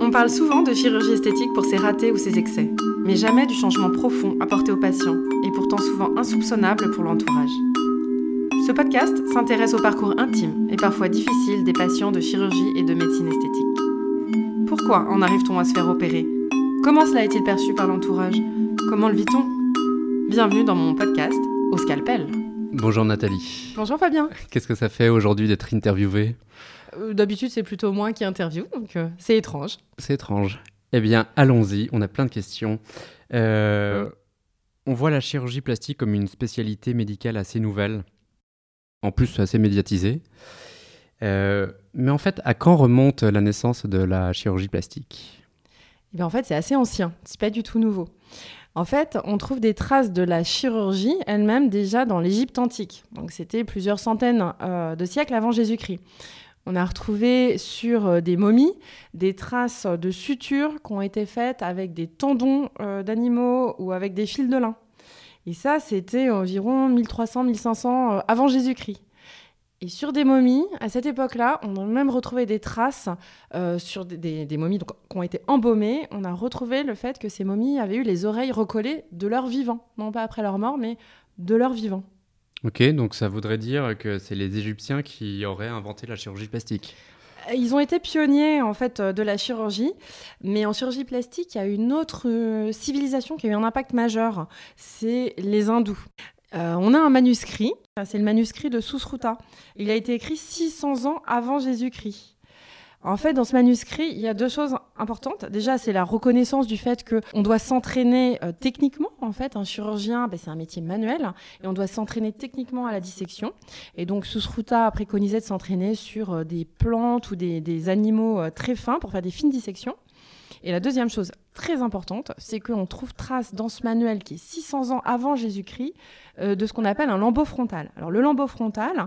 On parle souvent de chirurgie esthétique pour ses ratés ou ses excès, mais jamais du changement profond apporté aux patients, et pourtant souvent insoupçonnable pour l'entourage. Ce podcast s'intéresse au parcours intime et parfois difficile des patients de chirurgie et de médecine esthétique. Pourquoi en arrive-t-on à se faire opérer ? Comment cela est-il perçu par l'entourage ? Comment le vit-on ? Bienvenue dans mon podcast Au Scalpel. Bonjour Nathalie. Bonjour Fabien. Qu'est-ce que ça fait aujourd'hui d'être interviewée ? D'habitude, c'est plutôt moi qui interviewe, donc c'est étrange. C'est étrange. Eh bien, allons-y, on a plein de questions. On voit la chirurgie plastique comme une spécialité médicale assez nouvelle, en plus assez médiatisée. Mais en fait, à quand remonte la naissance de la chirurgie plastique ? Eh bien, en fait, c'est assez ancien, c'est pas du tout nouveau. En fait, on trouve des traces de la chirurgie elle-même déjà dans l'Égypte antique. Donc, c'était plusieurs centaines de siècles avant Jésus-Christ. On a retrouvé sur des momies des traces de sutures qui ont été faites avec des tendons d'animaux ou avec des fils de lin. Et ça, c'était environ 1300-1500 avant Jésus-Christ. Et sur des momies, à cette époque-là, on a même retrouvé des traces sur des momies donc, qui ont été embaumées. On a retrouvé le fait que ces momies avaient eu les oreilles recollées de leur vivant. Non pas après leur mort, mais de leur vivant. Ok, donc ça voudrait dire que c'est les Égyptiens qui auraient inventé la chirurgie plastique. Ils ont été pionniers en fait de la chirurgie, mais en chirurgie plastique, il y a une autre civilisation qui a eu un impact majeur, c'est les hindous. On a un manuscrit, c'est le manuscrit de Susruta. Il a été écrit 600 ans avant Jésus-Christ. En fait, dans ce manuscrit, il y a deux choses importantes. Déjà, c'est la reconnaissance du fait qu'on doit s'entraîner techniquement. En fait, un chirurgien, c'est un métier manuel et on doit s'entraîner techniquement à la dissection. Et donc, Susruta a préconisé de s'entraîner sur des plantes ou des animaux très fins pour faire des fines dissections. Et la deuxième chose très importante, c'est qu'on trouve trace dans ce manuel qui est 600 ans avant Jésus-Christ de ce qu'on appelle un lambeau frontal. Alors le lambeau frontal,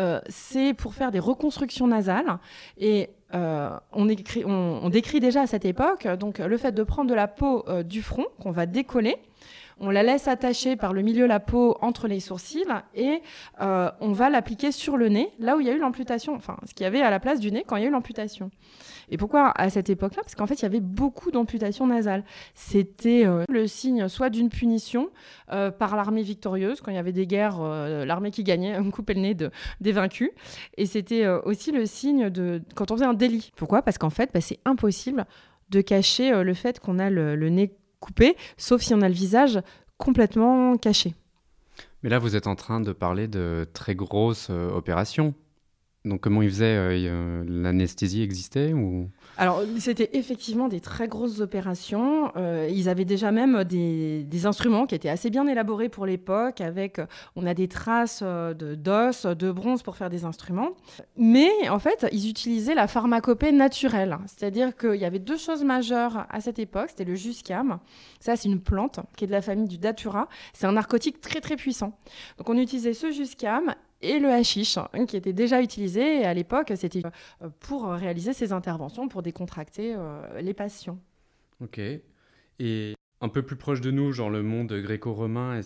c'est pour faire des reconstructions nasales et on décrit déjà à cette époque donc, le fait de prendre de la peau du front qu'on va décoller. On la laisse attacher par le milieu la peau entre les sourcils et on va l'appliquer sur le nez, là où il y a eu l'amputation, enfin ce qu'il y avait à la place du nez quand il y a eu l'amputation. Et pourquoi à cette époque-là ? Parce qu'en fait, il y avait beaucoup d'amputations nasales. C'était le signe soit d'une punition par l'armée victorieuse, quand il y avait des guerres, l'armée qui gagnait coupait le nez des vaincus. Et c'était aussi le signe de quand on faisait un délit. Pourquoi ? Parce qu'en fait, c'est impossible de cacher le fait qu'on a le nez coupé, sauf si on a le visage complètement caché. Mais là, vous êtes en train de parler de très grosses opérations. Donc comment ils faisaient l'anesthésie existait ou... Alors, c'était effectivement des très grosses opérations. Ils avaient déjà même des instruments qui étaient assez bien élaborés pour l'époque, avec, on a des traces d'os, de bronze pour faire des instruments. Mais en fait, ils utilisaient la pharmacopée naturelle. C'est-à-dire qu'il y avait deux choses majeures à cette époque. C'était le juscam. Ça, c'est une plante qui est de la famille du datura. C'est un narcotique très, très puissant. Donc, on utilisait ce juscam et le hashish, qui était déjà utilisé. Et à l'époque, c'était pour réaliser ces interventions, pour décontracter les patients. Ok. Et un peu plus proche de nous, genre le monde gréco-romain,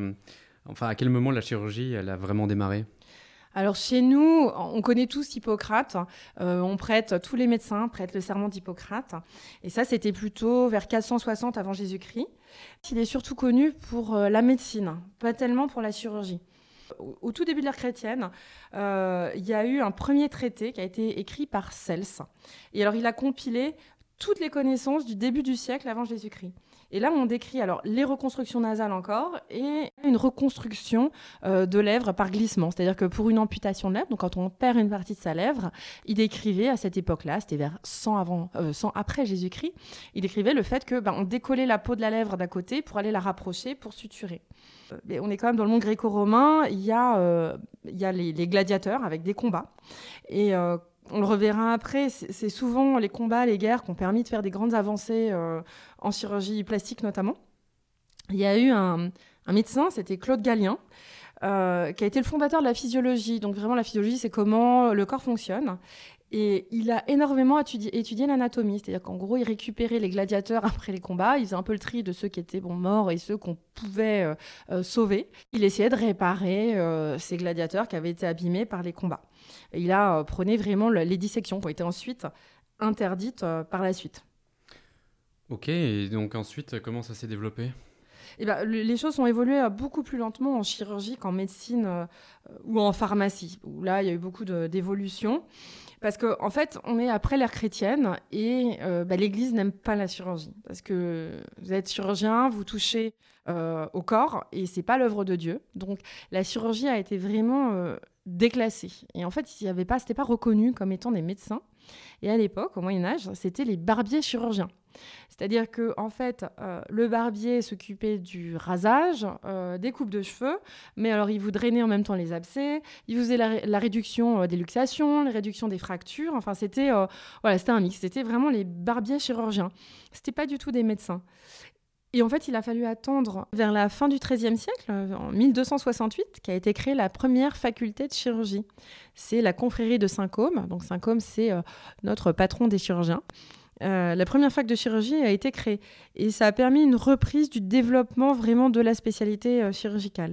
à quel moment la chirurgie, elle a vraiment démarré ? Alors chez nous, on connaît tous Hippocrate, tous les médecins prêtent le serment d'Hippocrate. Et ça, c'était plutôt vers 460 avant Jésus-Christ. Il est surtout connu pour la médecine, pas tellement pour la chirurgie. Au tout début de l'ère chrétienne, il y a eu un premier traité qui a été écrit par Cels. Et alors, il a compilé toutes les connaissances du début du siècle avant Jésus-Christ. Et là, on décrit alors les reconstructions nasales encore et une reconstruction de lèvres par glissement. C'est-à-dire que pour une amputation de lèvre, donc quand on perd une partie de sa lèvre, il décrivait à cette époque-là, c'était vers 100 après Jésus-Christ, il décrivait le fait que on décollait la peau de la lèvre d'un côté pour aller la rapprocher, pour suturer. Mais on est quand même dans le monde gréco-romain, il y a les gladiateurs avec des combats. Et on le reverra après, c'est souvent les combats, les guerres qui ont permis de faire des grandes avancées en chirurgie plastique notamment. Il y a eu un médecin, c'était Claude Gallien, qui a été le fondateur de la physiologie. Donc vraiment, la physiologie, c'est comment le corps fonctionne. Et il a énormément étudié l'anatomie. C'est-à-dire qu'en gros, il récupérait les gladiateurs après les combats. Il faisait un peu le tri de ceux qui étaient morts et ceux qu'on pouvait sauver. Il essayait de réparer ces gladiateurs qui avaient été abîmés par les combats. Et il a prôné vraiment les dissections qui ont été ensuite interdites par la suite. Ok, et donc ensuite, comment ça s'est développé? Eh ben, les choses ont évolué beaucoup plus lentement en chirurgie qu'en médecine ou en pharmacie, où là, il y a eu beaucoup d'évolutions. Parce qu'en fait, on est après l'ère chrétienne et l'Église n'aime pas la chirurgie. Parce que vous êtes chirurgien, vous touchez au corps et c'est pas l'œuvre de Dieu. Donc la chirurgie a été vraiment déclassée. Et en fait, c'était pas reconnu comme étant des médecins. Et à l'époque, au Moyen-Âge, c'était les barbiers chirurgiens. C'est-à-dire que en fait, le barbier s'occupait du rasage, des coupes de cheveux, mais alors il vous drainait en même temps les abcès, il faisait la réduction des luxations, la réduction des fractures. Enfin, c'était c'était un mix. C'était vraiment les barbiers chirurgiens. C'était pas du tout des médecins. Et en fait, il a fallu attendre vers la fin du XIIIe siècle, en 1268, qu'a été créée la première faculté de chirurgie. C'est la confrérie de Saint-Côme. Donc Saint-Côme, c'est notre patron des chirurgiens. La première fac de chirurgie a été créée et ça a permis une reprise du développement vraiment de la spécialité chirurgicale.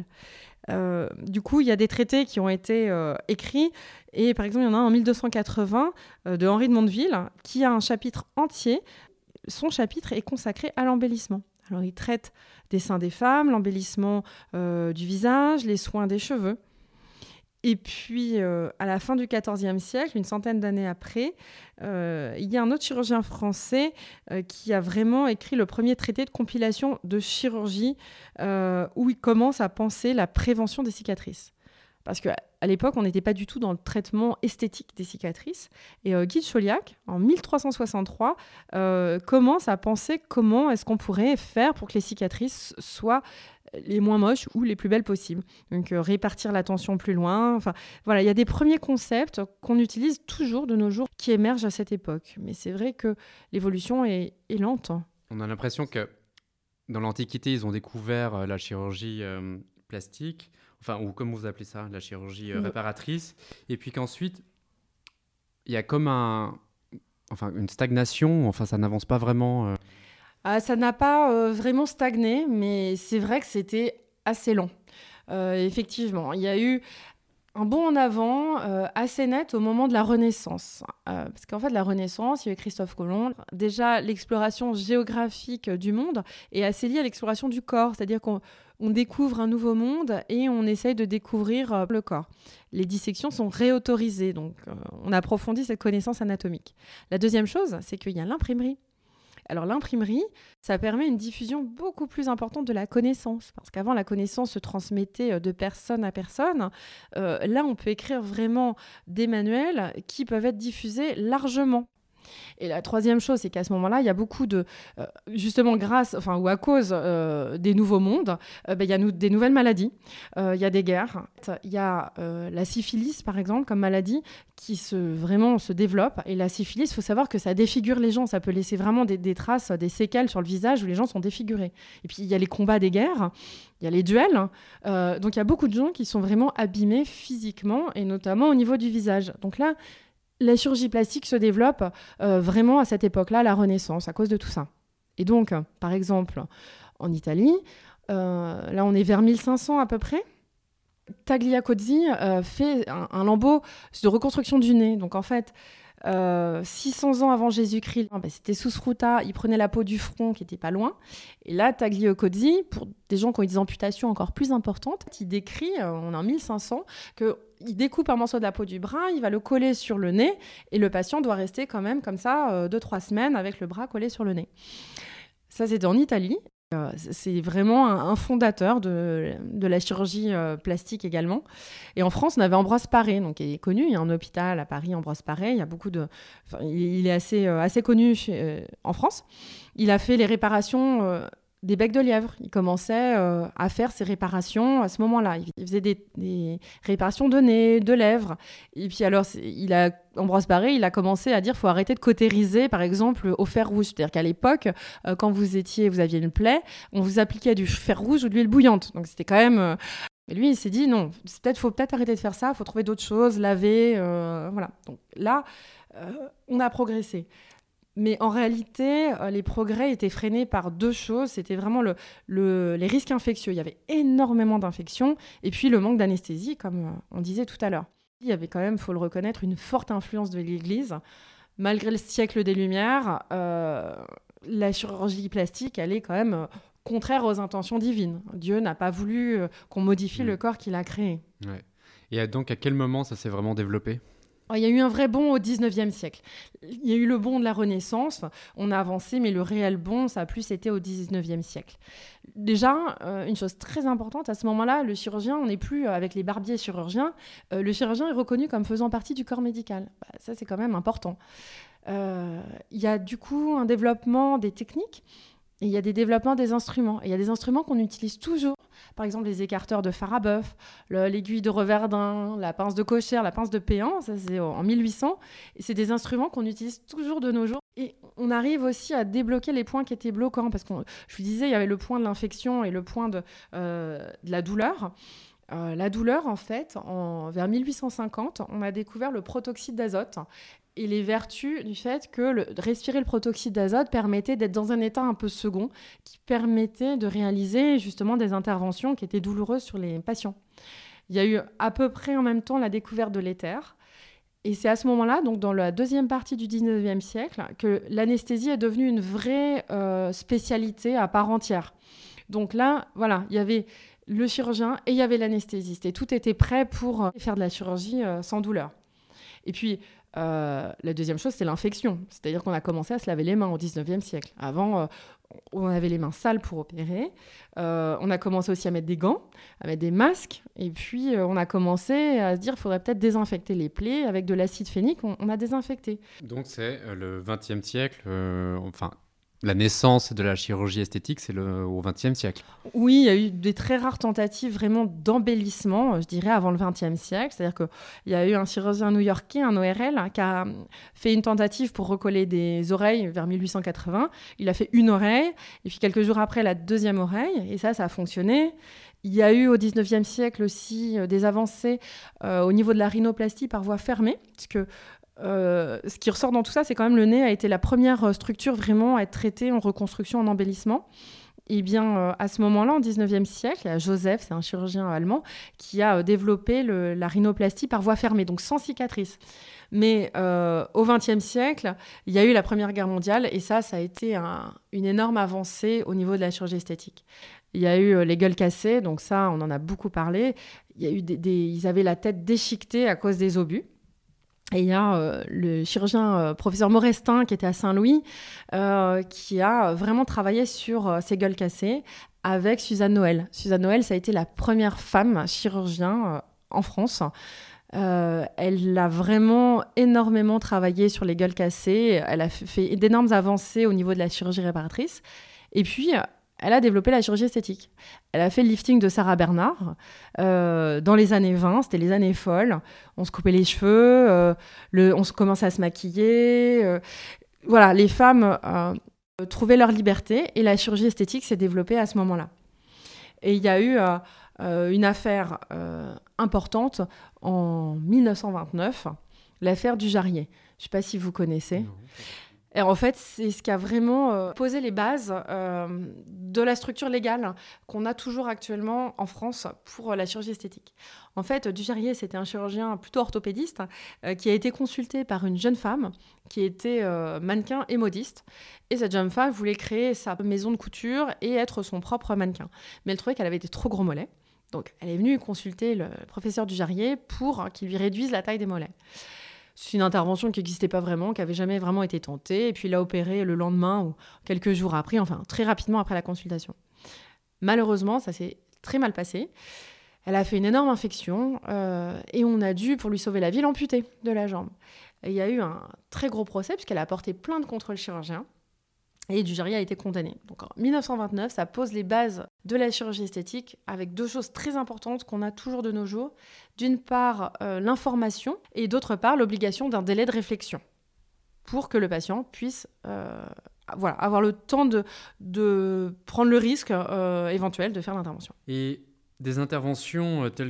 Du coup, il y a des traités qui ont été écrits et par exemple, il y en a un en 1280 de Henri de Mondeville qui a un chapitre entier. Son chapitre est consacré à l'embellissement. Alors, il traite des seins des femmes, l'embellissement du visage, les soins des cheveux. Et puis, à la fin du XIVe siècle, une centaine d'années après, il y a un autre chirurgien français qui a vraiment écrit le premier traité de compilation de chirurgie où il commence à penser la prévention des cicatrices. Parce qu'à l'époque, on n'était pas du tout dans le traitement esthétique des cicatrices. Et Guy de Chauliac, en 1363, commence à penser comment est-ce qu'on pourrait faire pour que les cicatrices soient les moins moches ou les plus belles possibles. Donc répartir l'attention plus loin. Enfin, voilà, il y a des premiers concepts qu'on utilise toujours de nos jours qui émergent à cette époque. Mais c'est vrai que l'évolution est lente. On a l'impression que dans l'Antiquité, ils ont découvert la chirurgie plastique, enfin, ou comme vous appelez ça, la chirurgie réparatrice, et puis qu'ensuite, il y a comme une stagnation, enfin, ça n'avance pas vraiment. Ça n'a pas vraiment stagné, mais c'est vrai que c'était assez long. Effectivement, il y a eu un bond en avant assez net au moment de la Renaissance. Parce qu'en fait, la Renaissance, il y a eu Christophe Colomb. Déjà, l'exploration géographique du monde est assez liée à l'exploration du corps. C'est-à-dire qu'on découvre un nouveau monde et on essaye de découvrir le corps. Les dissections sont réautorisées, donc on approfondit cette connaissance anatomique. La deuxième chose, c'est qu'il y a l'imprimerie. Alors l'imprimerie, ça permet une diffusion beaucoup plus importante de la connaissance. Parce qu'avant, la connaissance se transmettait de personne à personne. Là, on peut écrire vraiment des manuels qui peuvent être diffusés largement. Et la troisième chose, c'est qu'à ce moment-là, il y a beaucoup de... justement, ou à cause des nouveaux mondes, il y a des nouvelles maladies, il y a des guerres. Il y a la syphilis, par exemple, comme maladie, qui vraiment se développe. Et la syphilis, il faut savoir que ça défigure les gens. Ça peut laisser vraiment des traces, des séquelles sur le visage où les gens sont défigurés. Et puis, il y a les combats des guerres, il y a les duels. Donc, il y a beaucoup de gens qui sont vraiment abîmés physiquement, et notamment au niveau du visage. Donc là, la chirurgie plastique se développe vraiment à cette époque-là, la Renaissance, à cause de tout ça. Et donc, par exemple, en Italie, là on est vers 1500 à peu près, Tagliacozzi fait un lambeau de reconstruction du nez. Donc en fait, 600 ans avant Jésus-Christ, c'était Susruta, il prenait la peau du front qui n'était pas loin. Et là, Tagliacozzi, pour des gens qui ont des amputations encore plus importantes, il décrit, on est en 1500, qu'il découpe un morceau de la peau du bras, il va le coller sur le nez, et le patient doit rester quand même comme ça 2-3 semaines avec le bras collé sur le nez. Ça, c'était en Italie. C'est vraiment un fondateur de la chirurgie plastique également. Et en France, on avait Ambroise Paré, donc qui est connu. Il y a un hôpital à Paris, Ambroise Paré. Il y a il est assez connu en France. Il a fait les réparations des becs de lièvre. Il commençait à faire ces réparations à ce moment-là. Il faisait des réparations de nez, de lèvres. Et puis alors, Ambroise Paré, il a commencé à dire qu'il faut arrêter de cautériser, par exemple, au fer rouge. C'est-à-dire qu'à l'époque, quand vous aviez une plaie, on vous appliquait du fer rouge ou de l'huile bouillante. Donc c'était quand même... Et lui, il s'est dit, non, faut peut-être arrêter de faire ça, il faut trouver d'autres choses, laver, voilà. Donc là, on a progressé. Mais en réalité, les progrès étaient freinés par deux choses. C'était vraiment les risques infectieux. Il y avait énormément d'infections. Et puis le manque d'anesthésie, comme on disait tout à l'heure. Il y avait quand même, il faut le reconnaître, une forte influence de l'Église. Malgré le siècle des Lumières, la chirurgie plastique, elle est quand même contraire aux intentions divines. Dieu n'a pas voulu qu'on modifie le corps qu'il a créé. Ouais. Et donc, à quel moment ça s'est vraiment développé ? Il y a eu un vrai bond au 19e siècle. Il y a eu le bond de la Renaissance, on a avancé, mais le réel bond, ça a plus été au 19e siècle. Déjà, une chose très importante, à ce moment-là, le chirurgien, on n'est plus avec les barbiers chirurgiens, le chirurgien est reconnu comme faisant partie du corps médical. Ça, c'est quand même important. Il y a du coup un développement des techniques, et il y a des développements des instruments. Et il y a des instruments qu'on utilise toujours. Par exemple, les écarteurs de Farabeuf, l'aiguille de Reverdin, la pince de Cocher, la pince de Péan, ça c'est en 1800. Et c'est des instruments qu'on utilise toujours de nos jours. Et on arrive aussi à débloquer les points qui étaient bloquants. Parce que je vous disais, il y avait le point de l'infection et le point de la douleur. La douleur, en fait, vers 1850, on a découvert le protoxyde d'azote et les vertus du fait que respirer le protoxyde d'azote permettait d'être dans un état un peu second, qui permettait de réaliser justement des interventions qui étaient douloureuses sur les patients. Il y a eu à peu près en même temps la découverte de l'éther. Et c'est à ce moment-là, donc dans la deuxième partie du 19e siècle, que l'anesthésie est devenue une vraie spécialité à part entière. Donc là, voilà, il y avait le chirurgien et il y avait l'anesthésiste. Et tout était prêt pour faire de la chirurgie sans douleur. Et puis, la deuxième chose, c'est l'infection. C'est-à-dire qu'on a commencé à se laver les mains au 19e siècle. Avant, on avait les mains sales pour opérer. On a commencé aussi à mettre des gants, à mettre des masques. Et puis, on a commencé à se dire qu'il faudrait peut-être désinfecter les plaies. Avec de l'acide phénique, on a désinfecté. Donc, c'est le 20e siècle, la naissance de la chirurgie esthétique, c'est au XXe siècle. Oui, il y a eu des très rares tentatives vraiment d'embellissement, je dirais, avant le XXe siècle. C'est-à-dire qu'il y a eu un chirurgien new-yorkais, un ORL, qui a fait une tentative pour recoller des oreilles vers 1880. Il a fait une oreille, et puis quelques jours après, la deuxième oreille, et ça a fonctionné. Il y a eu au XIXe siècle aussi des avancées au niveau de la rhinoplastie par voie fermée, puisque ce qui ressort dans tout ça, c'est quand même le nez a été la première structure vraiment à être traitée en reconstruction, en embellissement. Et bien, à ce moment-là, en 19e siècle, il y a Joseph, c'est un chirurgien allemand, qui a développé la rhinoplastie par voie fermée, donc sans cicatrice. Mais au XXe siècle, il y a eu la Première Guerre mondiale, et ça a été une énorme avancée au niveau de la chirurgie esthétique. Il y a eu les gueules cassées, donc ça, on en a beaucoup parlé. Il y a eu ils avaient la tête déchiquetée à cause des obus. Et il y a le chirurgien professeur Morestin qui était à Saint-Louis, qui a vraiment travaillé sur ces gueules cassées avec Suzanne Noël. Suzanne Noël, ça a été la première femme chirurgien en France. Elle a vraiment énormément travaillé sur les gueules cassées. Elle a fait d'énormes avancées au niveau de la chirurgie réparatrice. Et puis, elle a développé la chirurgie esthétique. Elle a fait le lifting de Sarah Bernard dans les années 20, c'était les années folles. On se coupait les cheveux, on commençait à se maquiller. Voilà, les femmes trouvaient leur liberté et la chirurgie esthétique s'est développée à ce moment-là. Et il y a eu une affaire importante en 1929, l'affaire du Jarrier. Je ne sais pas si vous connaissez. Non. Et en fait, c'est ce qui a vraiment posé les bases de la structure légale qu'on a toujours actuellement en France pour la chirurgie esthétique. En fait, Dujarrier, c'était un chirurgien plutôt orthopédiste qui a été consulté par une jeune femme qui était mannequin et modiste. Et cette jeune femme voulait créer sa maison de couture et être son propre mannequin. Mais elle trouvait qu'elle avait des trop gros mollets. Donc, elle est venue consulter le professeur Dujarrier pour qu'il lui réduise la taille des mollets. C'est une intervention qui n'existait pas vraiment, qui n'avait jamais vraiment été tentée. Et puis, il a opéré le lendemain ou quelques jours après, enfin, très rapidement après la consultation. Malheureusement, ça s'est très mal passé. Elle a fait une énorme infection et on a dû, pour lui sauver la vie, l'amputer de la jambe. Et il y a eu un très gros procès puisqu'elle a porté plainte contre le chirurgien. Et Dujarrier a été condamné. Donc en 1929, ça pose les bases de la chirurgie esthétique avec deux choses très importantes qu'on a toujours de nos jours. D'une part, l'information et d'autre part, l'obligation d'un délai de réflexion pour que le patient puisse avoir le temps de prendre le risque éventuel de faire l'intervention. Et des interventions telles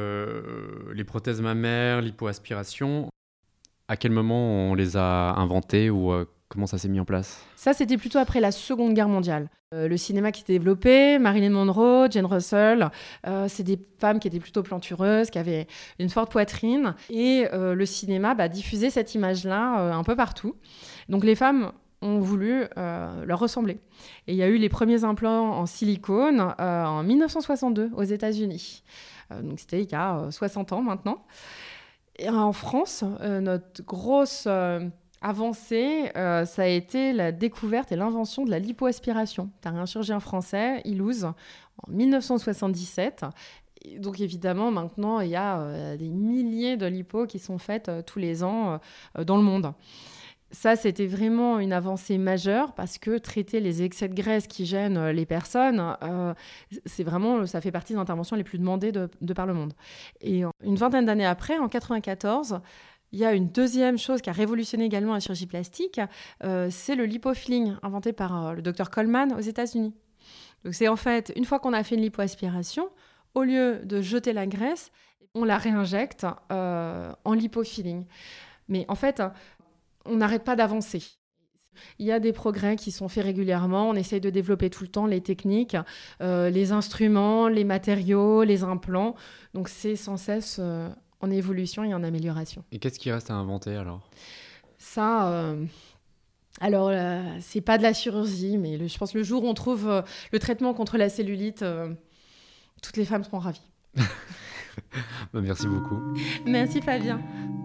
que les prothèses mammaires, l'hypoaspiration, à quel moment on les a inventées ou comment ça s'est mis en place ? Ça, c'était plutôt après la Seconde Guerre mondiale. Le cinéma qui s'était développé, Marilyn Monroe, Jane Russell, c'est des femmes qui étaient plutôt plantureuses, qui avaient une forte poitrine. Et le cinéma diffusait cette image-là un peu partout. Donc les femmes ont voulu leur ressembler. Et il y a eu les premiers implants en silicone en 1962 aux États-Unis. Donc c'était il y a 60 ans maintenant. Et en France, notre grosse avancée, ça a été la découverte et l'invention de la lipoaspiration par un chirurgien français, Ilouz, en 1977. Et donc évidemment, maintenant, il y a des milliers de lipos qui sont faites tous les ans dans le monde. Ça, c'était vraiment une avancée majeure parce que traiter les excès de graisse qui gênent les personnes, ça fait partie des interventions les plus demandées de par le monde. Et une vingtaine d'années après, en 1994, il y a une deuxième chose qui a révolutionné également la chirurgie plastique, c'est le lipofilling, inventé par le docteur Coleman aux États-Unis. Donc c'est en fait, une fois qu'on a fait une lipoaspiration, au lieu de jeter la graisse, on la réinjecte en lipofilling. Mais en fait, on n'arrête pas d'avancer. Il y a des progrès qui sont faits régulièrement. On essaye de développer tout le temps les techniques, les instruments, les matériaux, les implants. Donc c'est sans cesse en évolution et en amélioration. Et qu'est-ce qui reste à inventer alors ? Ça, c'est pas de la chirurgie, mais je pense que le jour où on trouve le traitement contre la cellulite, toutes les femmes seront ravies. Merci beaucoup. Merci Fabien.